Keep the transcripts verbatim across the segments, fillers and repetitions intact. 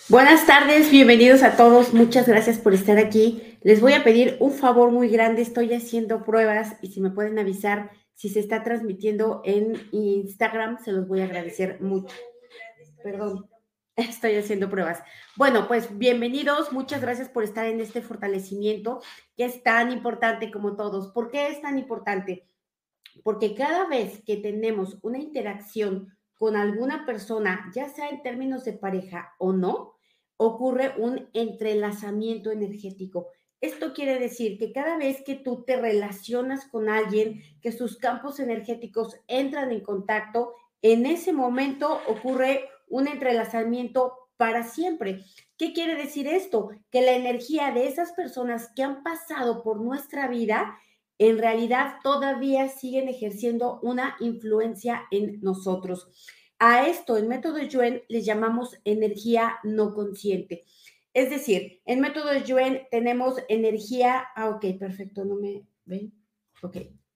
Buenas tardes, bienvenidos a todos, muchas gracias por estar aquí. Les voy a pedir un favor muy grande, estoy haciendo pruebas y si me pueden avisar si se está transmitiendo en Instagram, se los voy a agradecer mucho. Perdón, estoy haciendo pruebas. Bueno, pues bienvenidos, muchas gracias por estar en este fortalecimiento que es tan importante como todos. ¿Por qué es tan importante? Porque cada vez que tenemos una interacción con alguna persona, ya sea en términos de pareja o no, ocurre un entrelazamiento energético. Esto quiere decir que cada vez que tú te relacionas con alguien, que sus campos energéticos entran en contacto, en ese momento ocurre un entrelazamiento para siempre. ¿Qué quiere decir esto? Que la energía de esas personas que han pasado por nuestra vida en realidad todavía siguen ejerciendo una influencia en nosotros. A esto en método Yuen le llamamos energía no consciente. Es decir, en método Yuen tenemos energía, ah, ok, perfecto, no me ven, ok.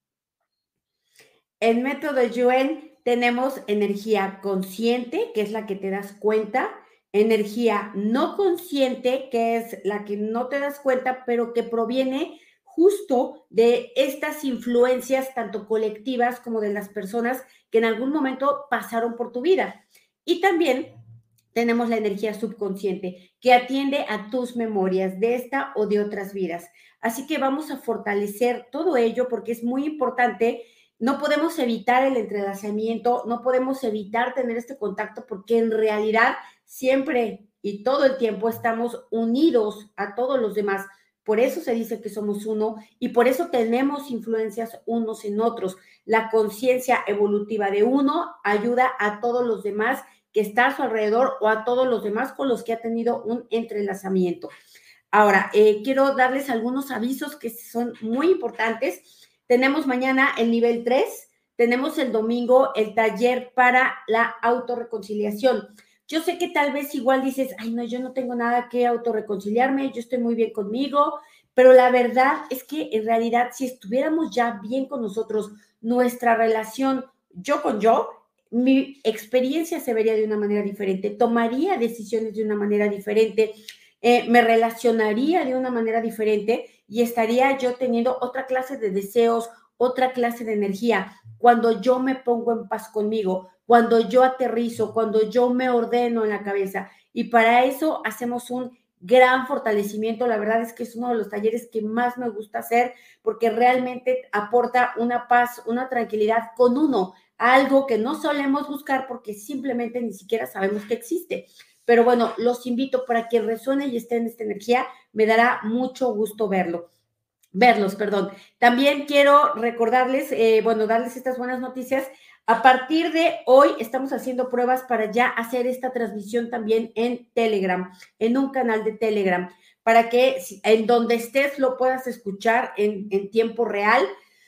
En método Yuen tenemos energía consciente, que es la que te das cuenta, energía no consciente, que es la que no te das cuenta, pero que proviene justo de estas influencias, tanto colectivas como de las personas que en algún momento pasaron por tu vida. Y también tenemos la energía subconsciente, que atiende a tus memorias de esta o de otras vidas. Así que vamos a fortalecer todo ello porque es muy importante. No podemos evitar el entrelazamiento, no podemos evitar tener este contacto porque en realidad siempre y todo el tiempo estamos unidos a todos los demás. Por eso se dice que somos uno y por eso tenemos influencias unos en otros. La conciencia evolutiva de uno ayuda a todos los demás que está a su alrededor o a todos los demás con los que ha tenido un entrelazamiento. Ahora, eh, quiero darles algunos avisos que son muy importantes. Tenemos mañana el nivel tres, tenemos el domingo el taller para la autorreconciliación. Yo sé que tal vez igual dices, ay, no, yo no tengo nada que autorreconciliarme, yo estoy muy bien conmigo, pero la verdad es que en realidad si estuviéramos ya bien con nosotros, nuestra relación yo con yo, mi experiencia se vería de una manera diferente, tomaría decisiones de una manera diferente, eh, me relacionaría de una manera diferente y estaría yo teniendo otra clase de deseos, otra clase de energía. Cuando yo me pongo en paz conmigo, cuando yo aterrizo, cuando yo me ordeno en la cabeza. Y para eso hacemos un gran fortalecimiento. La verdad es que es uno de los talleres que más me gusta hacer porque realmente aporta una paz, una tranquilidad con uno, algo que no solemos buscar porque simplemente ni siquiera sabemos que existe. Pero bueno, los invito para que resuene y esté en esta energía. Me dará mucho gusto verlo. Verlos, perdón. También quiero recordarles, eh, bueno, darles estas buenas noticias. A partir de hoy estamos haciendo pruebas para ya hacer esta transmisión también en Telegram, en un canal de Telegram, para que en donde estés lo puedas escuchar en, en tiempo real.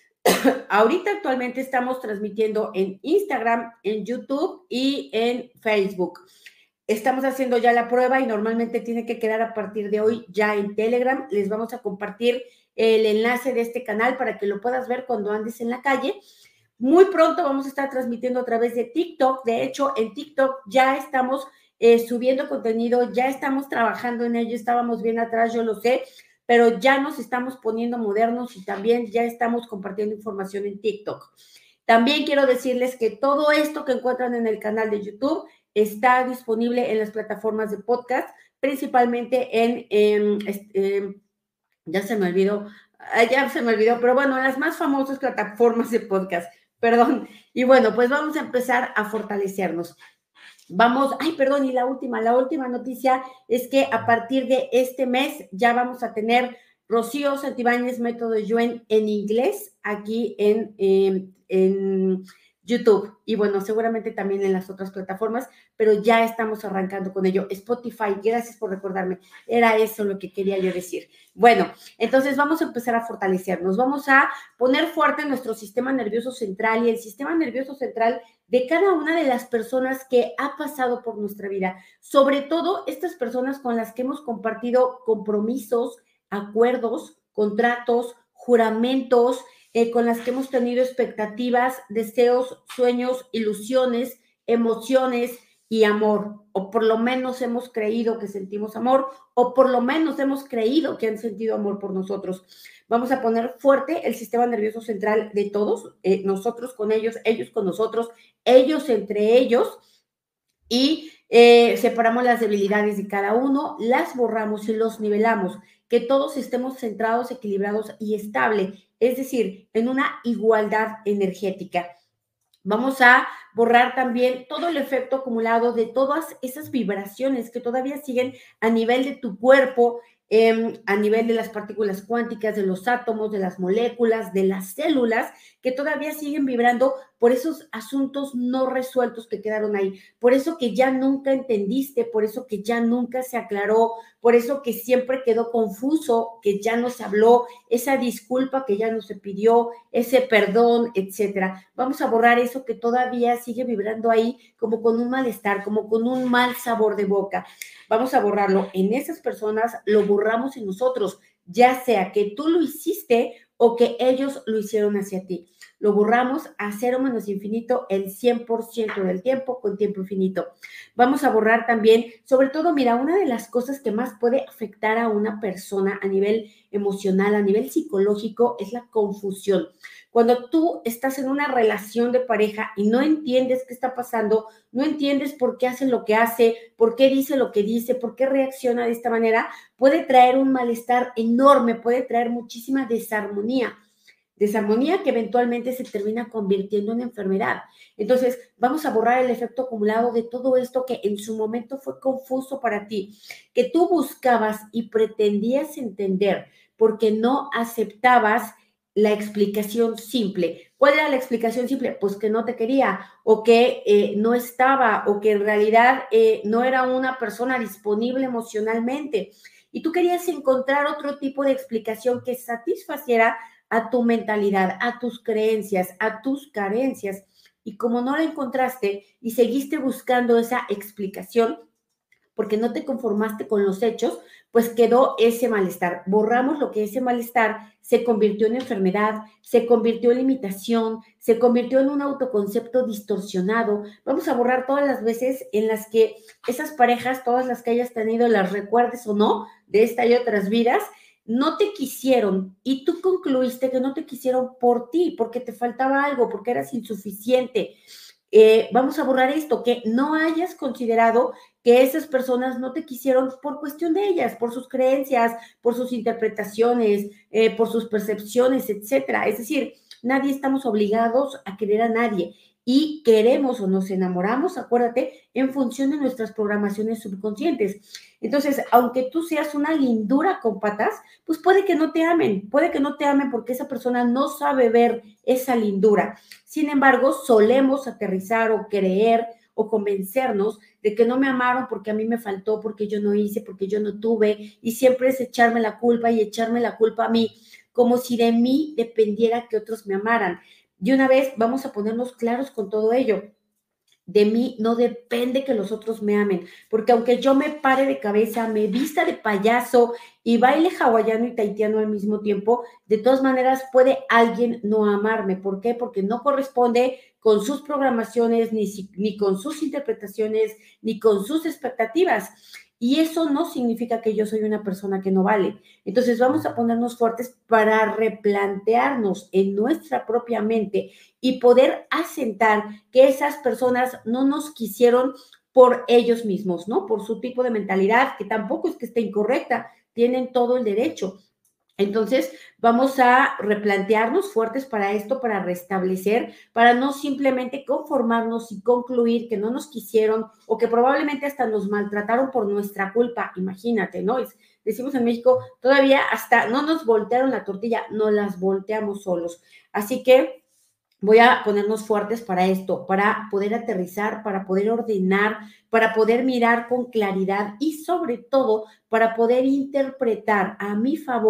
Ahorita actualmente estamos transmitiendo en Instagram, en YouTube y en Facebook. Estamos haciendo ya la prueba y normalmente tiene que quedar a partir de hoy ya en Telegram. Les vamos a compartir el enlace de este canal para que lo puedas ver cuando andes en la calle. Muy pronto vamos a estar transmitiendo a través de TikTok. De hecho, en TikTok ya estamos eh, subiendo contenido, ya estamos trabajando en ello. Estábamos bien atrás, yo lo sé, pero ya nos estamos poniendo modernos y también ya estamos compartiendo información en TikTok. También quiero decirles que todo esto que encuentran en el canal de YouTube está disponible en las plataformas de podcast, principalmente en, en, en ya se me olvidó, ya se me olvidó, pero bueno, las más famosas plataformas de podcast, perdón. Y bueno, pues vamos a empezar a fortalecernos. Vamos, ay, perdón, y la última, la última noticia es que a partir de este mes ya vamos a tener Rocío Santibáñez, método Yuen en inglés, aquí en, en, en YouTube. Y bueno, seguramente también en las otras plataformas, pero ya estamos arrancando con ello. Spotify, gracias por recordarme. Era eso lo que quería yo decir. Bueno, entonces vamos a empezar a fortalecernos. Vamos a poner fuerte nuestro sistema nervioso central y el sistema nervioso central de cada una de las personas que ha pasado por nuestra vida, sobre todo estas personas con las que hemos compartido compromisos, acuerdos, contratos, juramentos, eh, con las que hemos tenido expectativas, deseos, sueños, ilusiones, emociones, y amor, o por lo menos hemos creído que sentimos amor, o por lo menos hemos creído que han sentido amor por nosotros. Vamos a poner fuerte el sistema nervioso central de todos, eh, nosotros con ellos, ellos con nosotros, ellos entre ellos, y eh, separamos las debilidades de cada uno, las borramos y los nivelamos, que todos estemos centrados, equilibrados y estable, es decir, en una igualdad energética. Vamos a borrar también todo el efecto acumulado de todas esas vibraciones que todavía siguen a nivel de tu cuerpo, eh, a nivel de las partículas cuánticas, de los átomos, de las moléculas, de las células, que todavía siguen vibrando por esos asuntos no resueltos que quedaron ahí, por eso que ya nunca entendiste, por eso que ya nunca se aclaró, por eso que siempre quedó confuso, que ya no se habló, esa disculpa que ya no se pidió, ese perdón, etcétera. Vamos a borrar eso que todavía sigue vibrando ahí como con un malestar, como con un mal sabor de boca. Vamos a borrarlo en esas personas, lo borramos en nosotros, ya sea que tú lo hiciste o que ellos lo hicieron hacia ti. Lo borramos a cero menos infinito el cien por ciento del tiempo con tiempo infinito. Vamos a borrar también, sobre todo, mira, una de las cosas que más puede afectar a una persona a nivel emocional, a nivel psicológico, es la confusión. Cuando tú estás en una relación de pareja y no entiendes qué está pasando, no entiendes por qué hace lo que hace, por qué dice lo que dice, por qué reacciona de esta manera, puede traer un malestar enorme, puede traer muchísima desarmonía. Desarmonía que eventualmente se termina convirtiendo en enfermedad. Entonces, vamos a borrar el efecto acumulado de todo esto que en su momento fue confuso para ti, que tú buscabas y pretendías entender porque no aceptabas la explicación simple. ¿Cuál era la explicación simple? Pues que no te quería, o que eh, no estaba, o que en realidad eh, no era una persona disponible emocionalmente. Y tú querías encontrar otro tipo de explicación que satisfaciera a tu mentalidad, a tus creencias, a tus carencias. Y como no la encontraste y seguiste buscando esa explicación, porque no te conformaste con los hechos, pues quedó ese malestar. Borramos lo que ese malestar se convirtió en enfermedad, se convirtió en limitación, se convirtió en un autoconcepto distorsionado. Vamos a borrar todas las veces en las que esas parejas, todas las que hayas tenido, las recuerdes o no, de esta y otras vidas, no te quisieron y tú concluiste que no te quisieron por ti, porque te faltaba algo, porque eras insuficiente. Eh, vamos a borrar esto, que no hayas considerado que esas personas no te quisieron por cuestión de ellas, por sus creencias, por sus interpretaciones, eh, por sus percepciones, etcétera. Es decir, nadie estamos obligados a querer a nadie y queremos o nos enamoramos, acuérdate, en función de nuestras programaciones subconscientes. Entonces, aunque tú seas una lindura con patas, pues puede que no te amen, puede que no te amen porque esa persona no sabe ver esa lindura. Sin embargo, solemos aterrizar o creer o convencernos de que no me amaron porque a mí me faltó, porque yo no hice, porque yo no tuve, y siempre es echarme la culpa y echarme la culpa a mí, como si de mí dependiera que otros me amaran. De una vez vamos a ponernos claros con todo ello. De mí no depende que los otros me amen, porque aunque yo me pare de cabeza, me vista de payaso y baile hawaiano y tahitiano al mismo tiempo, de todas maneras puede alguien no amarme. ¿Por qué? Porque no corresponde con sus programaciones, ni, ni con sus interpretaciones, ni con sus expectativas. Y eso no significa que yo soy una persona que no vale. Entonces vamos a ponernos fuertes para replantearnos en nuestra propia mente y poder asentar que esas personas no nos quisieron por ellos mismos, ¿no? Por su tipo de mentalidad, que tampoco es que esté incorrecta, tienen todo el derecho. Entonces, vamos a replantearnos fuertes para esto, para restablecer, para no simplemente conformarnos y concluir que no nos quisieron o que probablemente hasta nos maltrataron por nuestra culpa. Imagínate, ¿no? Es, decimos en México, todavía hasta no nos voltearon la tortilla, no las volteamos solos. Así que voy a ponernos fuertes para esto, para poder aterrizar, para poder ordenar, para poder mirar con claridad y sobre todo para poder interpretar a mi favor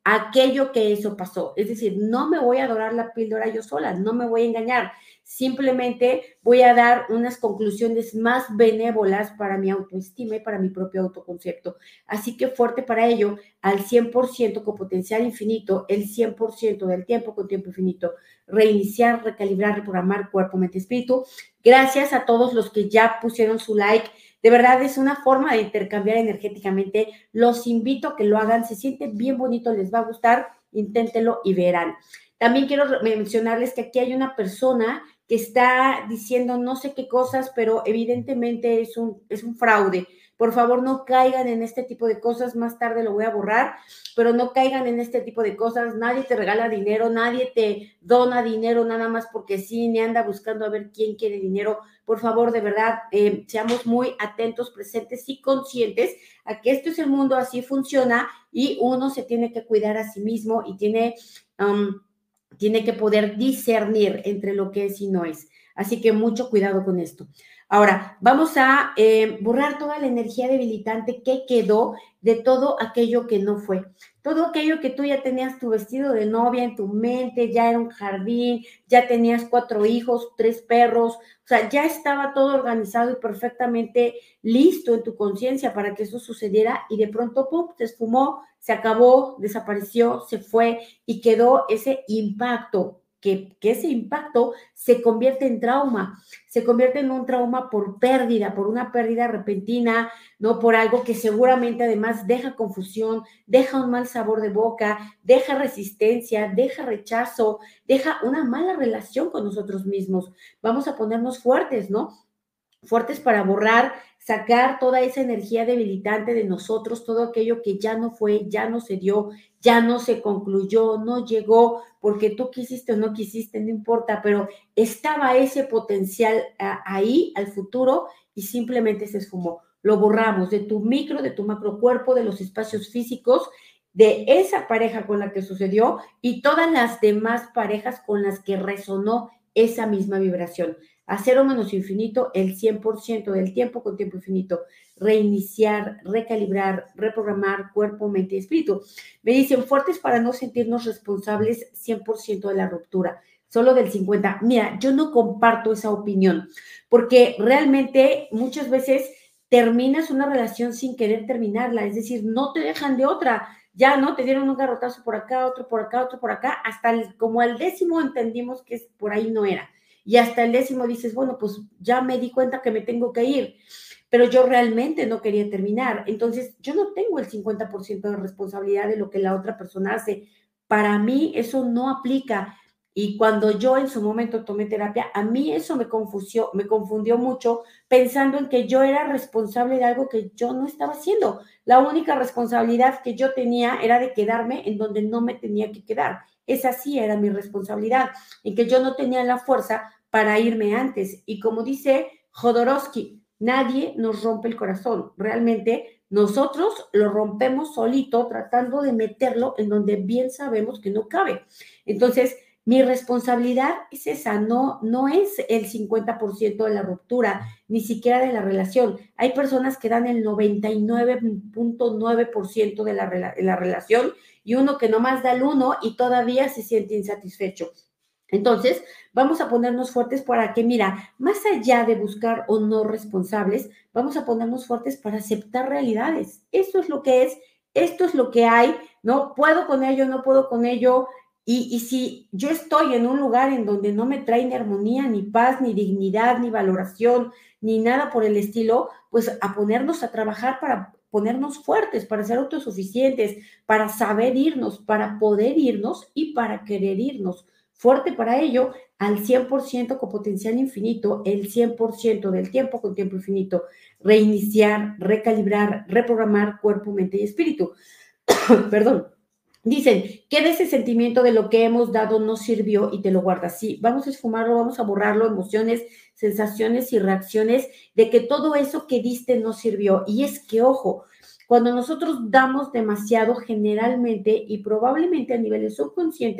aquello que eso pasó. Es decir, no me voy a dorar la píldora yo sola, no me voy a engañar. Simplemente voy a dar unas conclusiones más benévolas para mi autoestima y para mi propio autoconcepto. Así que fuerte para ello, al cien por ciento con potencial infinito, el cien por ciento del tiempo con tiempo infinito. Reiniciar, recalibrar, reprogramar cuerpo, mente, espíritu. Gracias a todos los que ya pusieron su like. De verdad es una forma de intercambiar energéticamente. Los invito a que lo hagan. Se siente bien bonito, les va a gustar. Inténtenlo y verán. También quiero mencionarles que aquí hay una persona que está diciendo no sé qué cosas, pero evidentemente es un, es un fraude. Por favor, no caigan en este tipo de cosas. Más tarde lo voy a borrar, pero no caigan en este tipo de cosas. Nadie te regala dinero, nadie te dona dinero nada más porque sí, ni anda buscando a ver quién quiere dinero. Por favor, de verdad, eh, seamos muy atentos, presentes y conscientes a que esto es el mundo, así funciona y uno se tiene que cuidar a sí mismo y tiene... Um, tiene que poder discernir entre lo que es y no es. Así que mucho cuidado con esto. Ahora, vamos a eh, borrar toda la energía debilitante que quedó de todo aquello que no fue. Todo aquello que tú ya tenías tu vestido de novia en tu mente, ya era un jardín, ya tenías cuatro hijos, tres perros, o sea, ya estaba todo organizado y perfectamente listo en tu conciencia para que eso sucediera y de pronto, pum, se esfumó, se acabó, desapareció, se fue y quedó ese impacto, que, que ese impacto se convierte en trauma, se convierte en un trauma por pérdida, por una pérdida repentina, ¿no? Por algo que seguramente además deja confusión, deja un mal sabor de boca, deja resistencia, deja rechazo, deja una mala relación con nosotros mismos. Vamos a ponernos fuertes, ¿no? Fuertes para borrar, sacar toda esa energía debilitante de nosotros, todo aquello que ya no fue, ya no se dio, ya no se concluyó, no llegó, porque tú quisiste o no quisiste, no importa, pero estaba ese potencial ahí al futuro y simplemente se esfumó. Lo borramos de tu micro, de tu macro cuerpo, de los espacios físicos, de esa pareja con la que sucedió y todas las demás parejas con las que resonó esa misma vibración. A cero menos infinito, el cien por ciento del tiempo con tiempo infinito. Reiniciar, recalibrar, reprogramar cuerpo, mente y espíritu. Me dicen, fuertes para no sentirnos responsables cien por ciento de la ruptura, solo del cincuenta por ciento. Mira, yo no comparto esa opinión, porque realmente muchas veces terminas una relación sin querer terminarla, es decir, no te dejan de otra. Ya, ¿no? Te dieron un garrotazo por acá, otro por acá, otro por acá, hasta el, como al décimo entendimos que por ahí no era. Y hasta el décimo dices, bueno, pues ya me di cuenta que me tengo que ir, pero yo realmente no quería terminar. Entonces, yo no tengo el cincuenta por ciento de responsabilidad de lo que la otra persona hace. Para mí eso no aplica. Y cuando yo en su momento tomé terapia, a mí eso me confundió, me confundió mucho pensando en que yo era responsable de algo que yo no estaba haciendo. La única responsabilidad que yo tenía era de quedarme en donde no me tenía que quedar. Esa sí era mi responsabilidad, en que yo no tenía la fuerza para irme antes. Y como dice Jodorowsky, nadie nos rompe el corazón. Realmente nosotros lo rompemos solito tratando de meterlo en donde bien sabemos que no cabe. Entonces, mi responsabilidad es esa, no, no es el cincuenta por ciento de la ruptura, ni siquiera de la relación. Hay personas que dan el noventa y nueve punto nueve por ciento de la, de la relación y uno que nomás da el uno y todavía se siente insatisfecho. Entonces, vamos a ponernos fuertes para que, mira, más allá de buscar o no responsables, vamos a ponernos fuertes para aceptar realidades. Esto es lo que es, esto es lo que hay, ¿no? Puedo con ello, no puedo con ello. Y, y si yo estoy en un lugar en donde no me trae ni armonía, ni paz, ni dignidad, ni valoración, ni nada por el estilo, pues a ponernos a trabajar para ponernos fuertes, para ser autosuficientes, para saber irnos, para poder irnos y para querer irnos. Fuerte para ello, al cien por ciento con potencial infinito, el cien por ciento del tiempo con tiempo infinito, reiniciar, recalibrar, reprogramar cuerpo, mente y espíritu. Perdón. Dicen, ¿qué de ese sentimiento de lo que hemos dado no sirvió y te lo guardas? Sí, vamos a esfumarlo, vamos a borrarlo, emociones, sensaciones y reacciones de que todo eso que diste no sirvió. Y es que, ojo, cuando nosotros damos demasiado generalmente y probablemente a niveles subconscientes,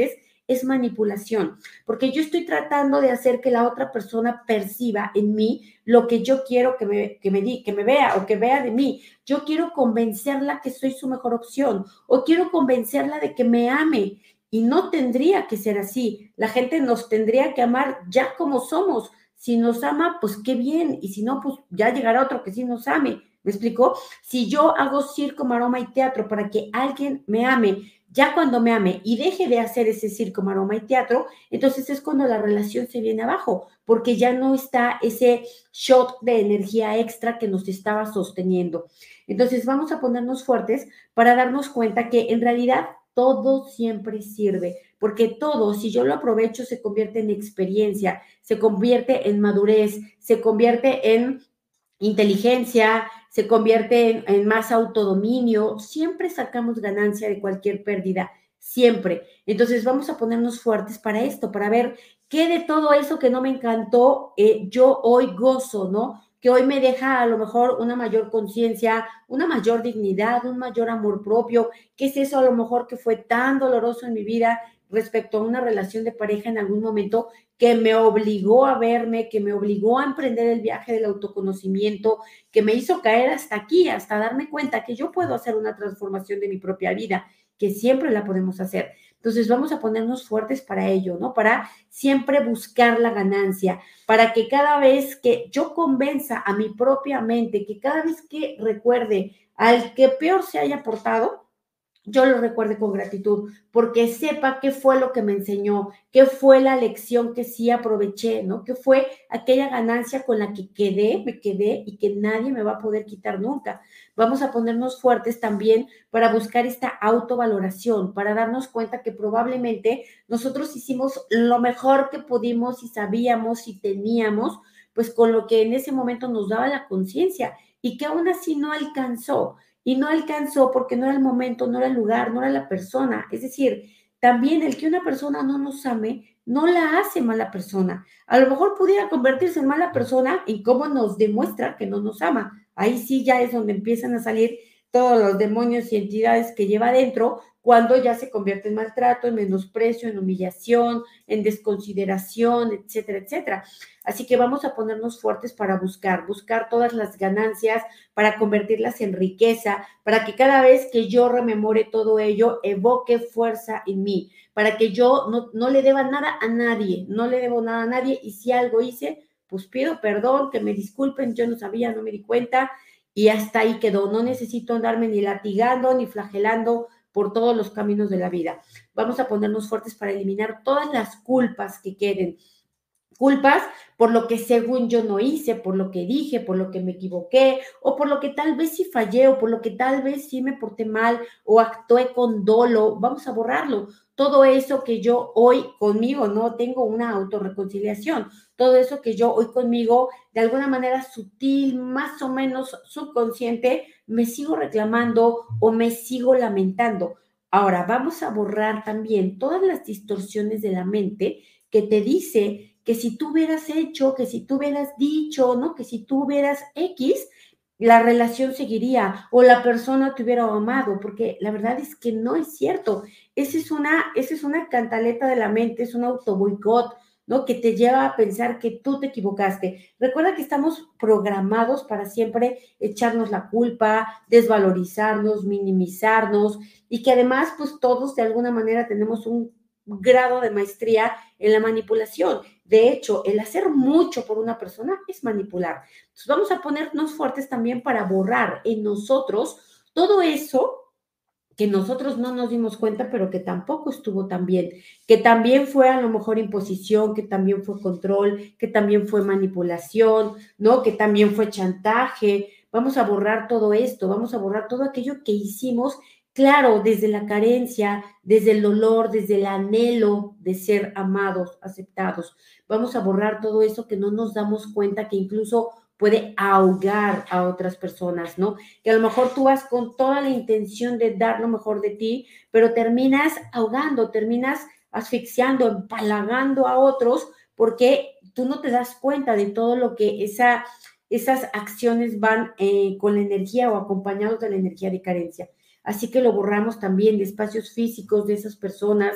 es manipulación, porque yo estoy tratando de hacer que la otra persona perciba en mí lo que yo quiero que me, que me, di, que me vea o que vea de mí. Yo quiero convencerla que soy su mejor opción o quiero convencerla de que me ame. Y no tendría que ser así. La gente nos tendría que amar ya como somos. Si nos ama, pues qué bien. Y si no, pues ya llegará otro que sí nos ame. ¿Me explicó? Si yo hago circo, maroma y teatro para que alguien me ame, ya cuando me ame y deje de hacer ese circo, maroma y teatro, entonces es cuando la relación se viene abajo, porque ya no está ese shot de energía extra que nos estaba sosteniendo. Entonces vamos a ponernos fuertes para darnos cuenta que en realidad todo siempre sirve, porque todo, si yo lo aprovecho, se convierte en experiencia, se convierte en madurez, se convierte en inteligencia, se convierte en, en más autodominio. Siempre sacamos ganancia de cualquier pérdida, siempre. Entonces vamos a ponernos fuertes para esto, para ver qué de todo eso que no me encantó, eh, yo hoy gozo, ¿no? Que hoy me deja a lo mejor una mayor conciencia, una mayor dignidad, un mayor amor propio. ¿Qué es eso a lo mejor que fue tan doloroso en mi vida respecto a una relación de pareja en algún momento que me obligó a verme, que me obligó a emprender el viaje del autoconocimiento, que me hizo caer hasta aquí, hasta darme cuenta que yo puedo hacer una transformación de mi propia vida, que siempre la podemos hacer? Entonces vamos a ponernos fuertes para ello, ¿no? Para siempre buscar la ganancia, para que cada vez que yo convenza a mi propia mente, que cada vez que recuerde al que peor se haya portado, yo lo recuerde con gratitud, porque sepa qué fue lo que me enseñó, qué fue la lección que sí aproveché, ¿no? Qué fue aquella ganancia con la que quedé, me quedé y que nadie me va a poder quitar nunca. Vamos a ponernos fuertes también para buscar esta autovaloración, para darnos cuenta que probablemente nosotros hicimos lo mejor que pudimos y sabíamos y teníamos, pues con lo que en ese momento nos daba la conciencia y que aún así no alcanzó. Y no alcanzó porque no era el momento, no era el lugar, no era la persona. Es decir, también el que una persona no nos ame no la hace mala persona. A lo mejor pudiera convertirse en mala persona en cómo nos demuestra que no nos ama. Ahí sí ya es donde empiezan a salir todos los demonios y entidades que lleva adentro, cuando ya se convierte en maltrato, en menosprecio, en humillación, en desconsideración, etcétera, etcétera. Así que vamos a ponernos fuertes para buscar, buscar todas las ganancias, para convertirlas en riqueza, para que cada vez que yo rememore todo ello, evoque fuerza en mí, para que yo no, no le deba nada a nadie, no le debo nada a nadie, y si algo hice, pues pido perdón, que me disculpen, yo no sabía, no me di cuenta, y hasta ahí quedó. No necesito andarme ni latigando, ni flagelando por todos los caminos de la vida. Vamos a ponernos fuertes para eliminar todas las culpas que queden, culpas por lo que según yo no hice, por lo que dije, por lo que me equivoqué, o por lo que tal vez sí fallé, o por lo que tal vez sí me porté mal, o actué con dolo. Vamos a borrarlo. Todo eso que yo hoy conmigo no tengo una autorreconciliación, todo eso que yo hoy conmigo, de alguna manera sutil, más o menos subconsciente, me sigo reclamando o me sigo lamentando. Ahora, vamos a borrar también todas las distorsiones de la mente que te dice que si tú hubieras hecho, que si tú hubieras dicho, ¿no? Que si tú hubieras X, la relación seguiría o la persona te hubiera amado, porque la verdad es que no es cierto. Esa es una, esa es una cantaleta de la mente, es un autoboicot, ¿no? Que te lleva a pensar que tú te equivocaste. Recuerda que estamos programados para siempre echarnos la culpa, desvalorizarnos, minimizarnos, y que además, pues todos de alguna manera tenemos un grado de maestría en la manipulación. De hecho, el hacer mucho por una persona es manipular. Entonces, vamos a ponernos fuertes también para borrar en nosotros todo eso que nosotros no nos dimos cuenta, pero que tampoco estuvo tan bien, que también fue a lo mejor imposición, que también fue control, que también fue manipulación, ¿no? Que también fue chantaje. Vamos a borrar todo esto, vamos a borrar todo aquello que hicimos, claro, desde la carencia, desde el dolor, desde el anhelo de ser amados, aceptados. Vamos a borrar todo eso que no nos damos cuenta que incluso puede ahogar a otras personas, ¿no? Que a lo mejor tú vas con toda la intención de dar lo mejor de ti, pero terminas ahogando, terminas asfixiando, empalagando a otros, porque tú no te das cuenta de todo lo que esa, esas acciones van eh, con la energía o acompañados de la energía de carencia. Así que lo borramos también de espacios físicos de esas personas,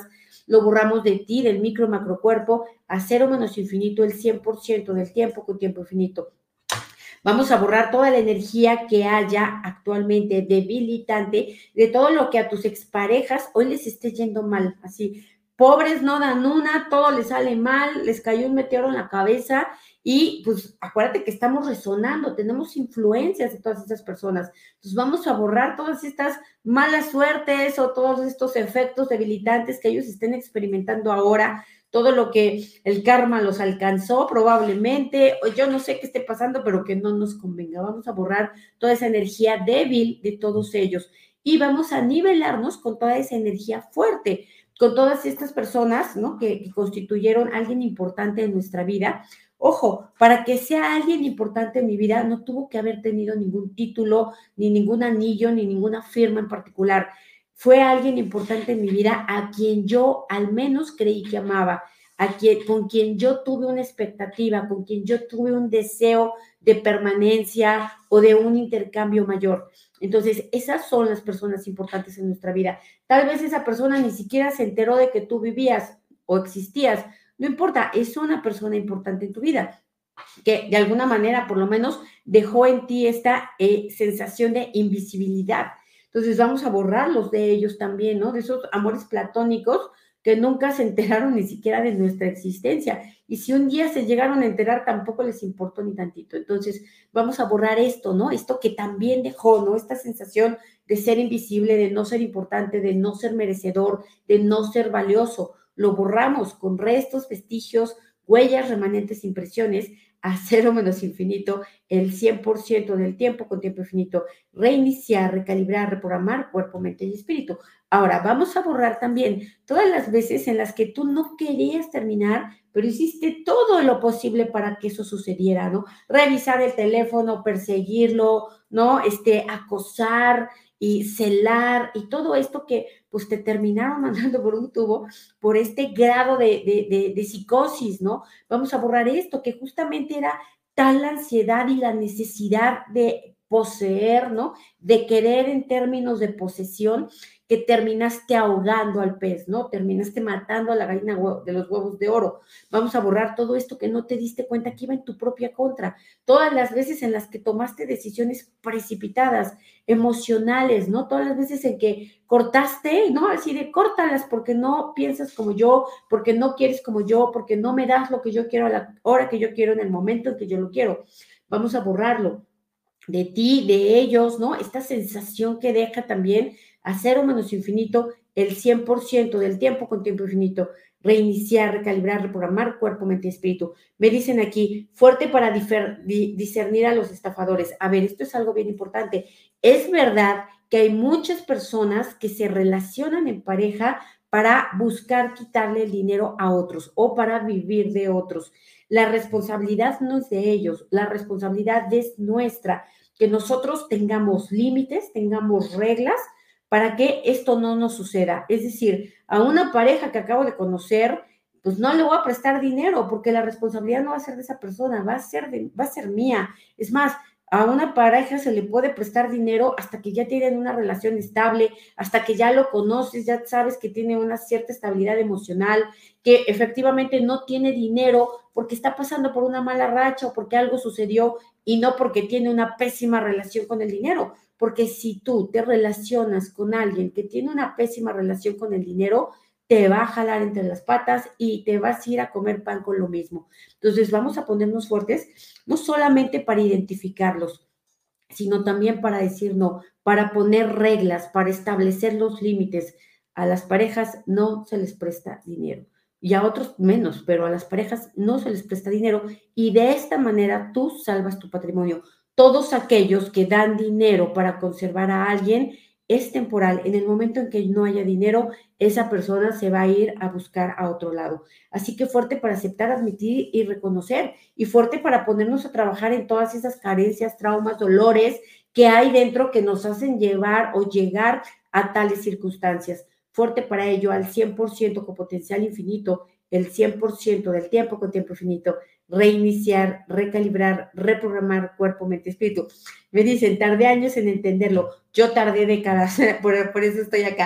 lo borramos de ti, del micro macrocuerpo, a cero menos infinito el cien por ciento del tiempo con tiempo infinito. Vamos a borrar toda la energía que haya actualmente debilitante de todo lo que a tus exparejas hoy les esté yendo mal, así. Pobres no dan una, todo les sale mal, les cayó un meteoro en la cabeza y pues acuérdate que estamos resonando, tenemos influencias de todas estas personas. Entonces vamos a borrar todas estas malas suertes o todos estos efectos debilitantes que ellos estén experimentando ahora, todo lo que el karma los alcanzó probablemente, o yo no sé qué esté pasando, pero que no nos convenga. Vamos a borrar toda esa energía débil de todos ellos y vamos a nivelarnos con toda esa energía fuerte, con todas estas personas, ¿no? Que, que constituyeron alguien importante en nuestra vida. Ojo, para que sea alguien importante en mi vida, no tuvo que haber tenido ningún título, ni ningún anillo, ni ninguna firma en particular. Fue alguien importante en mi vida a quien yo al menos creí que amaba, a quien, con quien yo tuve una expectativa, con quien yo tuve un deseo de permanencia o de un intercambio mayor. Entonces, esas son las personas importantes en nuestra vida. Tal vez esa persona ni siquiera se enteró de que tú vivías o existías. No importa, es una persona importante en tu vida que de alguna manera, por lo menos, dejó en ti esta eh, sensación de invisibilidad. Entonces vamos a borrarlos de ellos también, ¿no? De esos amores platónicos que nunca se enteraron ni siquiera de nuestra existencia. Y si un día se llegaron a enterar, tampoco les importó ni tantito. Entonces vamos a borrar esto, ¿no? Esto que también dejó, ¿no? Esta sensación de ser invisible, de no ser importante, de no ser merecedor, de no ser valioso. Lo borramos con restos, vestigios, huellas, remanentes, impresiones, a cero menos infinito, el cien por ciento del tiempo con tiempo infinito, reiniciar, recalibrar, reprogramar cuerpo, mente y espíritu. Ahora, vamos a borrar también todas las veces en las que tú no querías terminar, pero hiciste todo lo posible para que eso sucediera, ¿no? Revisar el teléfono, perseguirlo, ¿no? Este, acosar y celar y todo esto que pues te terminaron mandando por un tubo por este grado de, de, de, de psicosis, ¿no? Vamos a borrar esto, que justamente era tal la ansiedad y la necesidad de poseer, ¿no? De querer en términos de posesión, que terminaste ahogando al pez, ¿no? Terminaste matando a la gallina de los huevos de oro. Vamos a borrar todo esto que no te diste cuenta que iba en tu propia contra. Todas las veces en las que tomaste decisiones precipitadas, emocionales, ¿no? Todas las veces en que cortaste, ¿no? Así de córtalas porque no piensas como yo, porque no quieres como yo, porque no me das lo que yo quiero a la hora que yo quiero, en el momento en que yo lo quiero. Vamos a borrarlo de ti, de ellos, ¿no? Esta sensación que deja también a cero menos infinito el cien por ciento del tiempo con tiempo infinito. Reiniciar, recalibrar, reprogramar cuerpo, mente y espíritu. Me dicen aquí, fuerte para difer, di, discernir a los estafadores. A ver, esto es algo bien importante. Es verdad que hay muchas personas que se relacionan en pareja para buscar quitarle el dinero a otros o para vivir de otros. La responsabilidad no es de ellos, la responsabilidad es nuestra, que nosotros tengamos límites, tengamos reglas para que esto no nos suceda. Es decir, a una pareja que acabo de conocer, pues no le voy a prestar dinero porque la responsabilidad no va a ser de esa persona, va a ser, de, va a ser mía. Es más, a una pareja se le puede prestar dinero hasta que ya tienen una relación estable, hasta que ya lo conoces, ya sabes que tiene una cierta estabilidad emocional, que efectivamente no tiene dinero porque está pasando por una mala racha o porque algo sucedió y no porque tiene una pésima relación con el dinero. Porque si tú te relacionas con alguien que tiene una pésima relación con el dinero, te va a jalar entre las patas y te vas a ir a comer pan con lo mismo. Entonces vamos a ponernos fuertes, no solamente para identificarlos, sino también para decir no, para poner reglas, para establecer los límites. A las parejas no se les presta dinero y a otros menos, pero a las parejas no se les presta dinero y de esta manera tú salvas tu patrimonio. Todos aquellos que dan dinero para conservar a alguien es temporal. En el momento en que no haya dinero, esa persona se va a ir a buscar a otro lado. Así que fuerte para aceptar, admitir y reconocer, y fuerte para ponernos a trabajar en todas esas carencias, traumas, dolores que hay dentro que nos hacen llevar o llegar a tales circunstancias. Fuerte para ello al cien por ciento con potencial infinito, el cien por ciento del tiempo con tiempo infinito. Reiniciar, recalibrar, reprogramar cuerpo, mente, espíritu. Me dicen, tardé años en entenderlo. Yo tardé décadas, por, por eso estoy acá.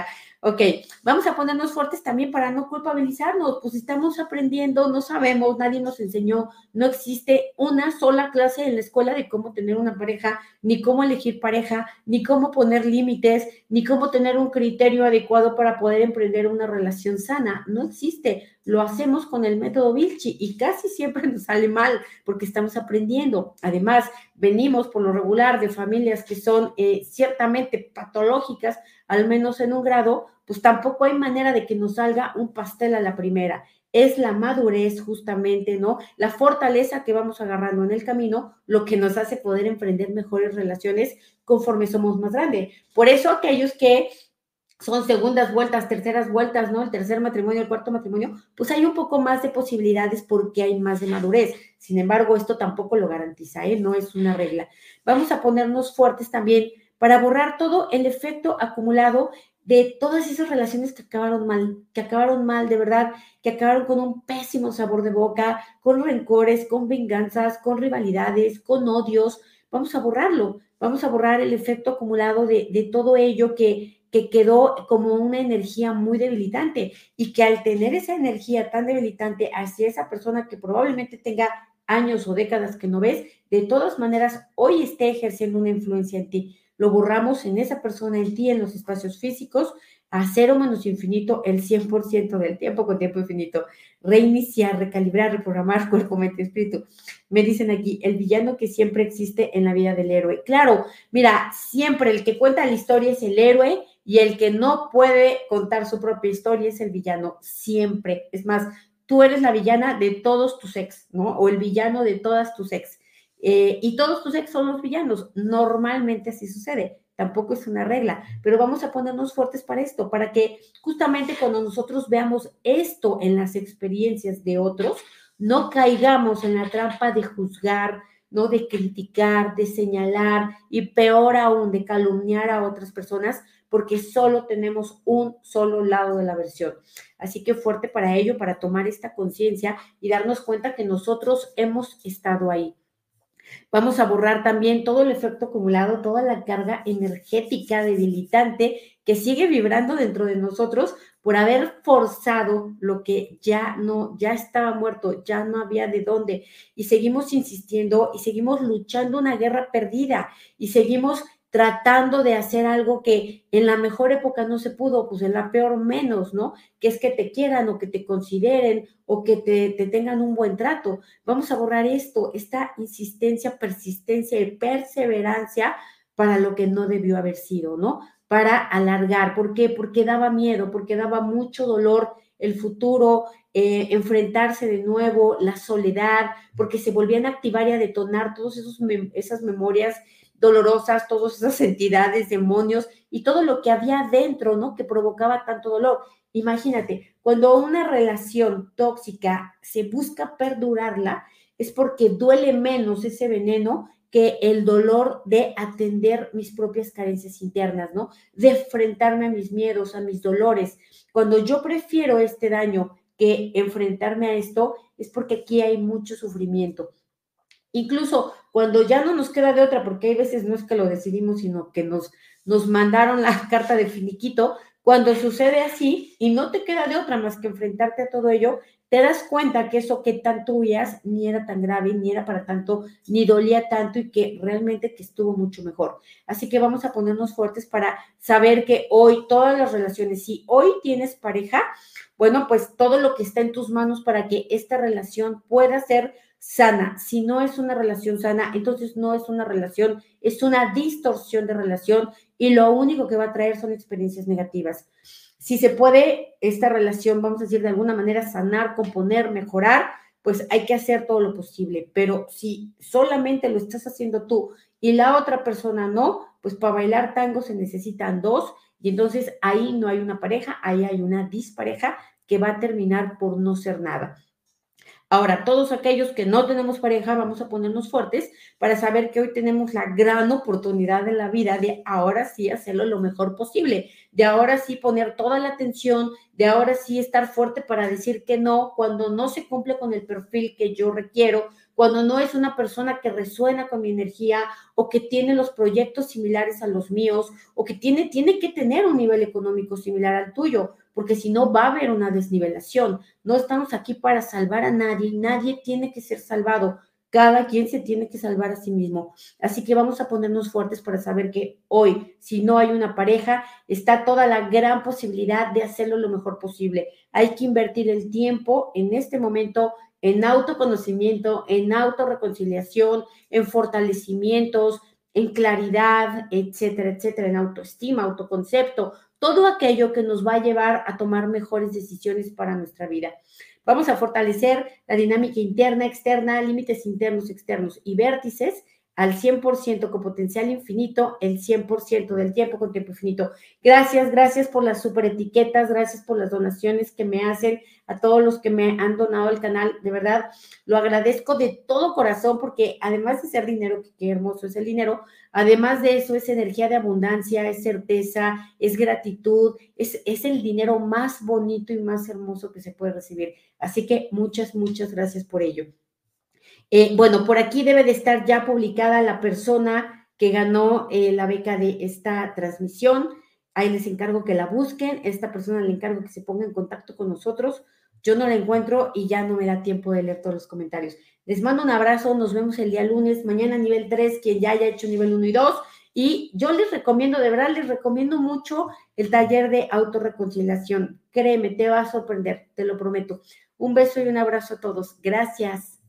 Ok, vamos a ponernos fuertes también para no culpabilizarnos, pues estamos aprendiendo, no sabemos, nadie nos enseñó, no existe una sola clase en la escuela de cómo tener una pareja, ni cómo elegir pareja, ni cómo poner límites, ni cómo tener un criterio adecuado para poder emprender una relación sana, no existe, lo hacemos con el método Vilchi y casi siempre nos sale mal porque estamos aprendiendo. Además, venimos por lo regular de familias que son eh, ciertamente patológicas, al menos en un grado, pues tampoco hay manera de que nos salga un pastel a la primera. Es la madurez justamente, ¿no? La fortaleza que vamos agarrando en el camino, lo que nos hace poder emprender mejores relaciones conforme somos más grandes. Por eso aquellos que son segundas vueltas, terceras vueltas, ¿no? El tercer matrimonio, el cuarto matrimonio, pues hay un poco más de posibilidades porque hay más de madurez. Sin embargo, esto tampoco lo garantiza, ¿eh? No es una regla. Vamos a ponernos fuertes también para borrar todo el efecto acumulado de todas esas relaciones que acabaron mal, que acabaron mal, de verdad, que acabaron con un pésimo sabor de boca, con rencores, con venganzas, con rivalidades, con odios. Vamos a borrarlo, vamos a borrar el efecto acumulado de, de todo ello que que quedó como una energía muy debilitante y que al tener esa energía tan debilitante hacia esa persona que probablemente tenga años o décadas que no ves, de todas maneras hoy esté ejerciendo una influencia en ti. Lo borramos en esa persona, en ti, en los espacios físicos, a cero menos infinito el cien por ciento del tiempo con tiempo infinito. Reiniciar, recalibrar, reprogramar cuerpo, mente, espíritu. Me dicen aquí, el villano que siempre existe en la vida del héroe. Claro, mira, siempre el que cuenta la historia es el héroe, y el que no puede contar su propia historia es el villano, siempre. Es más, tú eres la villana de todos tus ex, ¿no? O el villano de todas tus ex. Eh, y todos tus ex son los villanos. Normalmente así sucede. Tampoco es una regla, pero vamos a ponernos fuertes para esto, para que justamente cuando nosotros veamos esto en las experiencias de otros, no caigamos en la trampa de juzgar, ¿no? De criticar, de señalar y peor aún, de calumniar a otras personas, porque solo tenemos un solo lado de la versión. Así que fuerte para ello, para tomar esta conciencia y darnos cuenta que nosotros hemos estado ahí. Vamos a borrar también todo el efecto acumulado, toda la carga energética debilitante que sigue vibrando dentro de nosotros por haber forzado lo que ya no, ya estaba muerto, ya no había de dónde. Y seguimos insistiendo y seguimos luchando una guerra perdida y seguimos tratando de hacer algo que en la mejor época no se pudo, pues en la peor menos, ¿no? Que es que te quieran o que te consideren o que te, te tengan un buen trato. Vamos a borrar esto, esta insistencia, persistencia y perseverancia para lo que no debió haber sido, ¿no? Para alargar. ¿Por qué? Porque daba miedo, porque daba mucho dolor el futuro, eh, enfrentarse de nuevo, la soledad, porque se volvían a activar y a detonar todas esas memorias dolorosas, todas esas entidades, demonios y todo lo que había dentro, ¿no? Que provocaba tanto dolor. Imagínate, cuando una relación tóxica se busca perdurarla, es porque duele menos ese veneno que el dolor de atender mis propias carencias internas, ¿no? De enfrentarme a mis miedos, a mis dolores. Cuando yo prefiero este daño que enfrentarme a esto, es porque aquí hay mucho sufrimiento. Incluso cuando ya no nos queda de otra, porque hay veces no es que lo decidimos, sino que nos, nos mandaron la carta de finiquito, cuando sucede así y no te queda de otra más que enfrentarte a todo ello, te das cuenta que eso que tanto huías ni era tan grave, ni era para tanto, ni dolía tanto y que realmente que estuvo mucho mejor. Así que vamos a ponernos fuertes para saber que hoy todas las relaciones, si hoy tienes pareja, bueno, pues todo lo que está en tus manos para que esta relación pueda ser sana. Si no es una relación sana, entonces no es una relación, es una distorsión de relación y lo único que va a traer son experiencias negativas. Si se puede esta relación, vamos a decir, de alguna manera sanar, componer, mejorar, pues hay que hacer todo lo posible. Pero si solamente lo estás haciendo tú y la otra persona no, pues para bailar tango se necesitan dos y entonces ahí no hay una pareja, ahí hay una dispareja que va a terminar por no ser nada. Ahora, todos aquellos que no tenemos pareja, vamos a ponernos fuertes para saber que hoy tenemos la gran oportunidad de la vida de ahora sí hacerlo lo mejor posible, de ahora sí poner toda la atención, de ahora sí estar fuerte para decir que no cuando no se cumple con el perfil que yo requiero, cuando no es una persona que resuena con mi energía o que tiene los proyectos similares a los míos o que tiene, tiene que tener un nivel económico similar al tuyo, porque si no va a haber una desnivelación. No estamos aquí para salvar a nadie, nadie tiene que ser salvado. Cada quien se tiene que salvar a sí mismo. Así que vamos a ponernos fuertes para saber que hoy, si no hay una pareja, está toda la gran posibilidad de hacerlo lo mejor posible. Hay que invertir el tiempo en este momento en autoconocimiento, en autorreconciliación, en fortalecimientos, en claridad, etcétera, etcétera, en autoestima, autoconcepto, todo aquello que nos va a llevar a tomar mejores decisiones para nuestra vida. Vamos a fortalecer la dinámica interna, externa, límites internos, externos y vértices al cien por ciento con potencial infinito, el cien por ciento del tiempo con tiempo infinito. Gracias, gracias por las super etiquetas, gracias por las donaciones que me hacen, a todos los que me han donado al canal, de verdad, lo agradezco de todo corazón porque además de ser dinero, que qué hermoso es el dinero, además de eso es energía de abundancia, es certeza, es gratitud, es, es el dinero más bonito y más hermoso que se puede recibir. Así que muchas, muchas gracias por ello. Eh, bueno, por aquí debe de estar ya publicada la persona que ganó eh, la beca de esta transmisión. Ahí les encargo que la busquen. Esta persona le encargo que se ponga en contacto con nosotros. Yo no la encuentro y ya no me da tiempo de leer todos los comentarios. Les mando un abrazo. Nos vemos el día lunes. Mañana nivel tres, quien ya haya hecho nivel uno y dos. Y yo les recomiendo, de verdad, les recomiendo mucho el taller de autorreconciliación. Créeme, te va a sorprender, te lo prometo. Un beso y un abrazo a todos. Gracias.